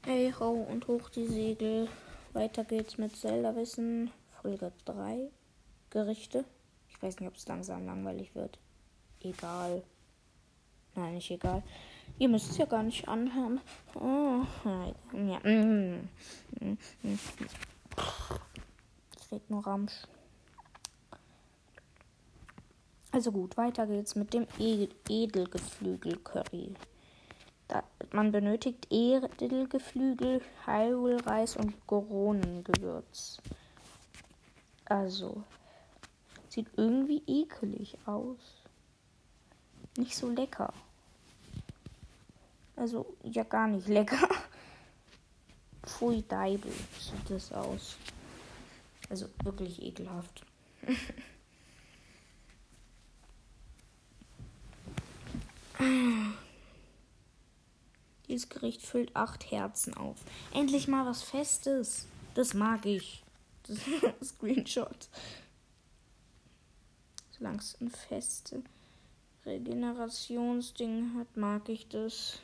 Hey ho und hoch die Segel. Weiter geht's mit Zelda-Wissen. Folge 3. Gerichte. Ich weiß nicht, ob es langsam langweilig wird. Egal. Nein, nicht egal. Ihr müsst es ja gar nicht anhören. Oh, ja. Ich red nur Ramsch. Also gut, weiter geht's mit dem Edelgeflügel-Curry. Man benötigt Edelgeflügel, Hyrule-Reis und Goronengewürz. Also, sieht irgendwie ekelig aus. Nicht so lecker. Also, ja, gar nicht lecker. Pfui Deibel sieht das aus. Also, wirklich ekelhaft. Dieses Gericht füllt 8 Herzen auf. Endlich mal was Festes. Das mag ich. Das Screenshot. Solange es ein feste Regenerationsding hat, mag ich das.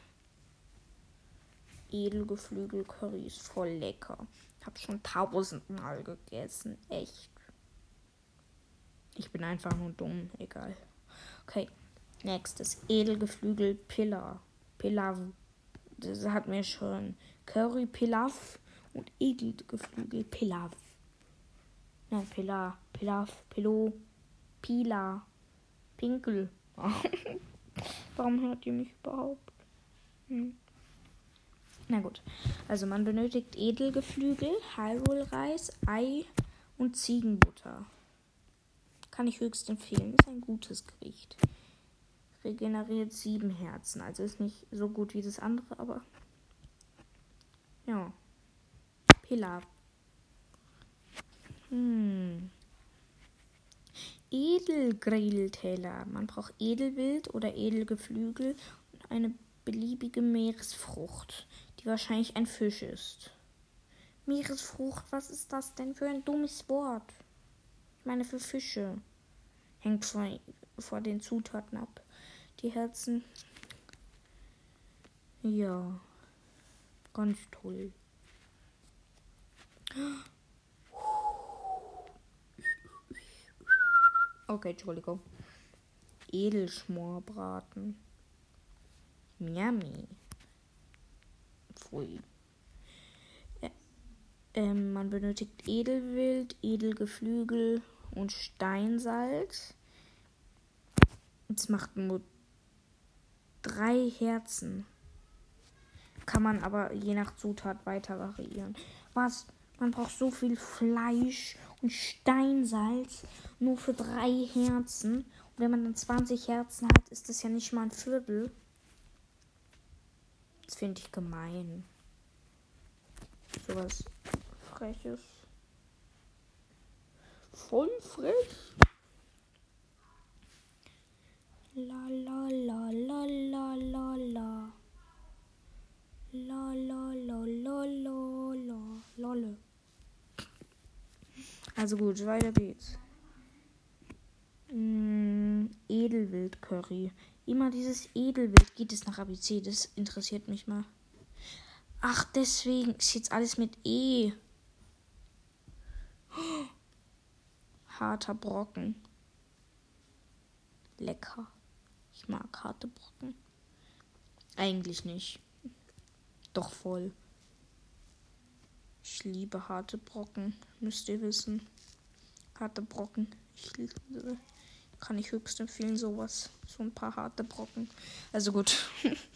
Edelgeflügel-Curry ist voll lecker. Ich habe schon 1000-mal gegessen. Echt. Ich bin einfach nur dumm. Egal. Okay. Nächstes. Edelgeflügel-Pilav. Das hat mir schon. Curry-Pilav und Edelgeflügel-Pilav. Nein, Pilav, Pilo, Pila, Pinkel. Warum hört ihr mich überhaupt? Na gut. Also man benötigt Edelgeflügel, Hyrule-Reis, Ei und Ziegenbutter. Kann ich höchst empfehlen. Ist ein gutes Gericht. Regeneriert 7 Herzen. Also ist nicht so gut wie das andere, aber ja. Pilav. Edelgrillteller. Man braucht Edelwild oder Edelgeflügel und eine beliebige Meeresfrucht, die wahrscheinlich ein Fisch ist. Meeresfrucht, was ist das denn für ein dummes Wort? Ich meine für Fische. Hängt vor den Zutaten ab. Die Herzen. Ja. Ganz toll. Okay, Entschuldigung. Edelschmorbraten. Yummy. Pfui. Man benötigt Edelwild, Edelgeflügel und Steinsalz. Es macht nur 3 Herzen. Kann man aber je nach Zutat weiter variieren. Was? Man braucht so viel Fleisch und Steinsalz nur für 3 Herzen. Und wenn man dann 20 Herzen hat, ist das ja nicht mal ein Viertel. Das finde ich gemein. Sowas Freches. Voll frech. La la la la la la la. La la la la la la. Lolle. Also gut, weiter geht's. Edelwild-Curry. Immer dieses Edelwild. Geht es nach ABC? Das interessiert mich mal. Ach, deswegen ist jetzt alles mit E. Harter Brocken. Lecker. Ich mag harte Brocken. Eigentlich nicht. Doch voll. Ich liebe harte Brocken. Müsst ihr wissen. Harte Brocken. Kann ich höchst empfehlen, sowas. So ein paar harte Brocken. Also gut.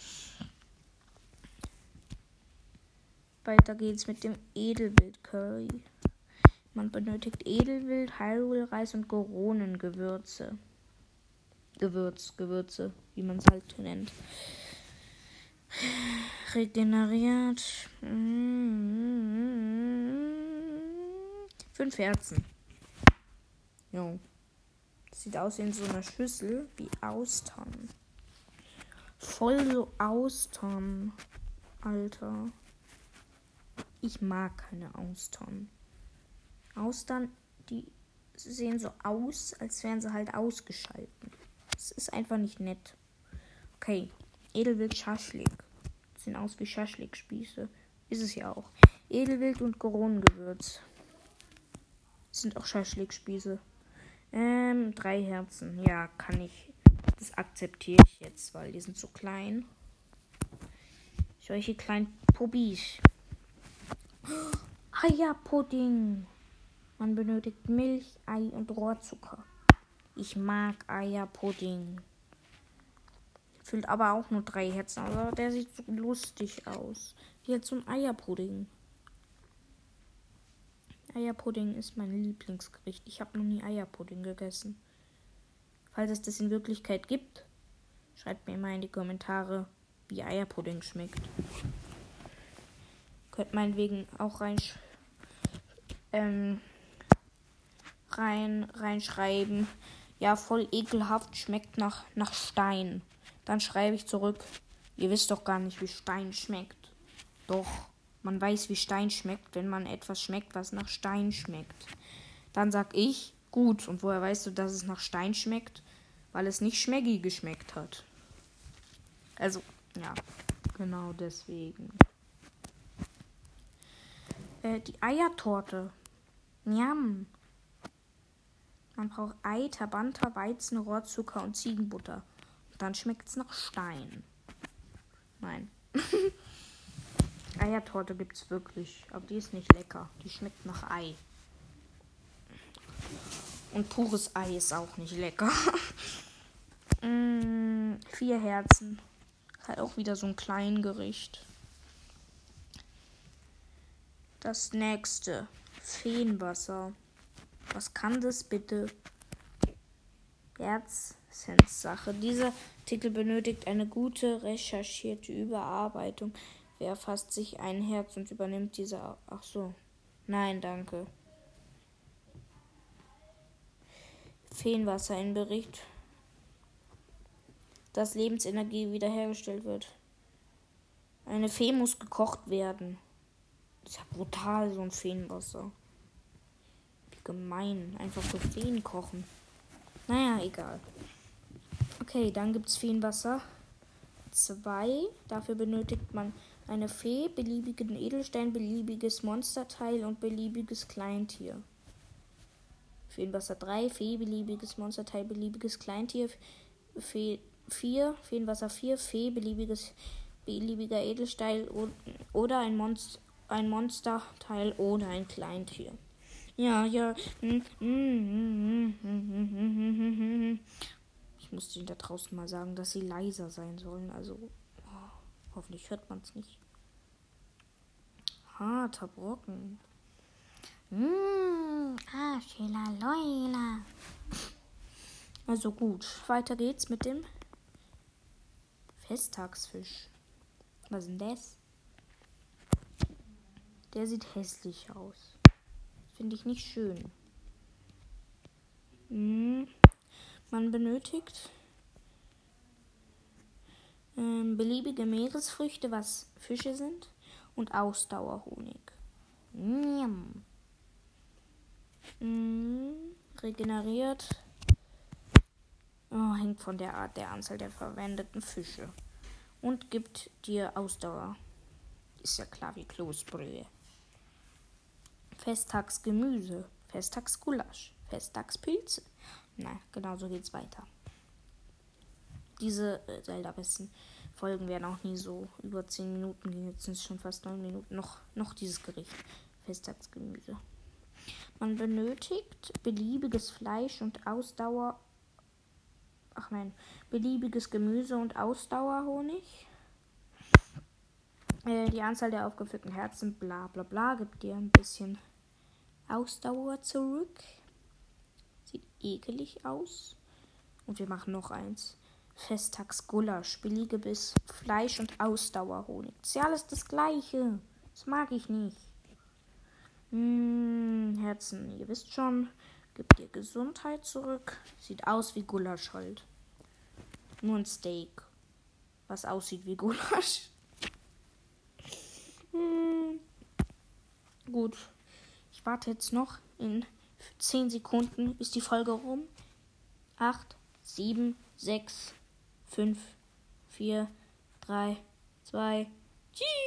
Weiter geht's mit dem Edelwild-Curry. Man benötigt Edelwild, Hyrule-Reis und Goronengewürze. Gewürze, wie man es halt nennt. Regeneriert 5 Herzen. Jo. Sieht aus wie in so einer Schüssel wie Austern. Voll so Austern. Alter. Ich mag keine Austern. Austern, die sehen so aus, als wären sie halt ausgeschalten. Das ist einfach nicht nett. Okay. Edelwild Schaschlik. Sehen aus wie Schaschlikspieße. Ist es ja auch. Edelwild und Goronengewürz. Sind auch Schaschlikspieße. 3 Herzen. Ja, kann ich. Das akzeptiere ich jetzt, weil die sind so klein. Solche kleinen Puppies. Eierpudding. Man benötigt Milch, Ei und Rohrzucker. Ich mag Eierpudding. Füllt aber auch nur 3 Herzen. Aber der sieht so lustig aus. Wie halt so ein Eierpudding. Eierpudding ist mein Lieblingsgericht. Ich habe noch nie Eierpudding gegessen. Falls es das in Wirklichkeit gibt, schreibt mir mal in die Kommentare, wie Eierpudding schmeckt. Könnt meinetwegen auch reinschreiben. Ja, voll ekelhaft, schmeckt nach Stein. Dann schreibe ich zurück. Ihr wisst doch gar nicht, wie Stein schmeckt. Doch, man weiß, wie Stein schmeckt, wenn man etwas schmeckt, was nach Stein schmeckt. Dann sag ich, gut, und woher weißt du, dass es nach Stein schmeckt? Weil es nicht Schmecki geschmeckt hat. Also, ja, genau deswegen. Die Eiertorte. Njam. Man braucht Ei, Tabanta, Weizen, Rohrzucker und Ziegenbutter. Und dann schmeckt es nach Stein. Nein. Eiertorte gibt's wirklich, aber die ist nicht lecker. Die schmeckt nach Ei. Und pures Ei ist auch nicht lecker. 4 Herzen. Halt auch wieder so ein Kleingericht. Das nächste. Feenwasser. Was kann das bitte? Herzenssache. Dieser Artikel benötigt eine gute, recherchierte Überarbeitung. Wer fasst sich ein Herz und übernimmt diese... Ach so. Nein, danke. Feenwasser in Bericht, dass Lebensenergie wiederhergestellt wird. Eine Fee muss gekocht werden. Das ist ja brutal, so ein Feenwasser. Wie gemein. Einfach so Feen kochen. Naja, egal. Okay, dann gibt's Feenwasser 2. Dafür benötigt man eine Fee, beliebigen Edelstein, beliebiges Monsterteil und beliebiges Kleintier. Feenwasser 3, Fee, beliebiges Monsterteil, beliebiges Kleintier. Fee 4, Feenwasser 4, Fee, beliebiger Edelstein oder ein Monsterteil oder ein Kleintier. Ja. Ich muss denen da draußen mal sagen, dass sie leiser sein sollen. Also, hoffentlich hört man es nicht. Harter Brocken. Leula. Also gut, weiter geht's mit dem Festtagsfisch. Was ist denn das? Der sieht hässlich aus. Finde ich nicht schön. Man benötigt beliebige Meeresfrüchte, was Fische sind, und Ausdauerhonig. Regeneriert. Hängt von der Art der Anzahl der verwendeten Fische. Und gibt dir Ausdauer. Ist ja klar wie Kloßbrühe. Festtagsgemüse. Festtagsgulasch. Festtagspilze. Na, genau so geht's weiter. Diese Zelda-besten Folgen werden auch nie so über 10 Minuten gehen. Jetzt sind es schon fast 9 Minuten. Noch dieses Gericht. Festtagsgemüse. Man benötigt beliebiges Fleisch und beliebiges Gemüse und Ausdauerhonig. Die Anzahl der aufgeführten Herzen, bla bla bla, gibt dir ein bisschen Ausdauer zurück. Sieht ekelig aus. Und wir machen noch eins. Festtagsgulasch, billiges Fleisch und Ausdauerhonig. Ist ja alles das Gleiche. Das mag ich nicht. Herzen, ihr wisst schon. Gibt dir Gesundheit zurück. Sieht aus wie Gulasch halt. Nur ein Steak, was aussieht wie Gulasch. Gut. Ich warte jetzt noch. In 10 Sekunden ist die Folge rum. 8, 7, 6, 5, 4, 3, 2, tschüss.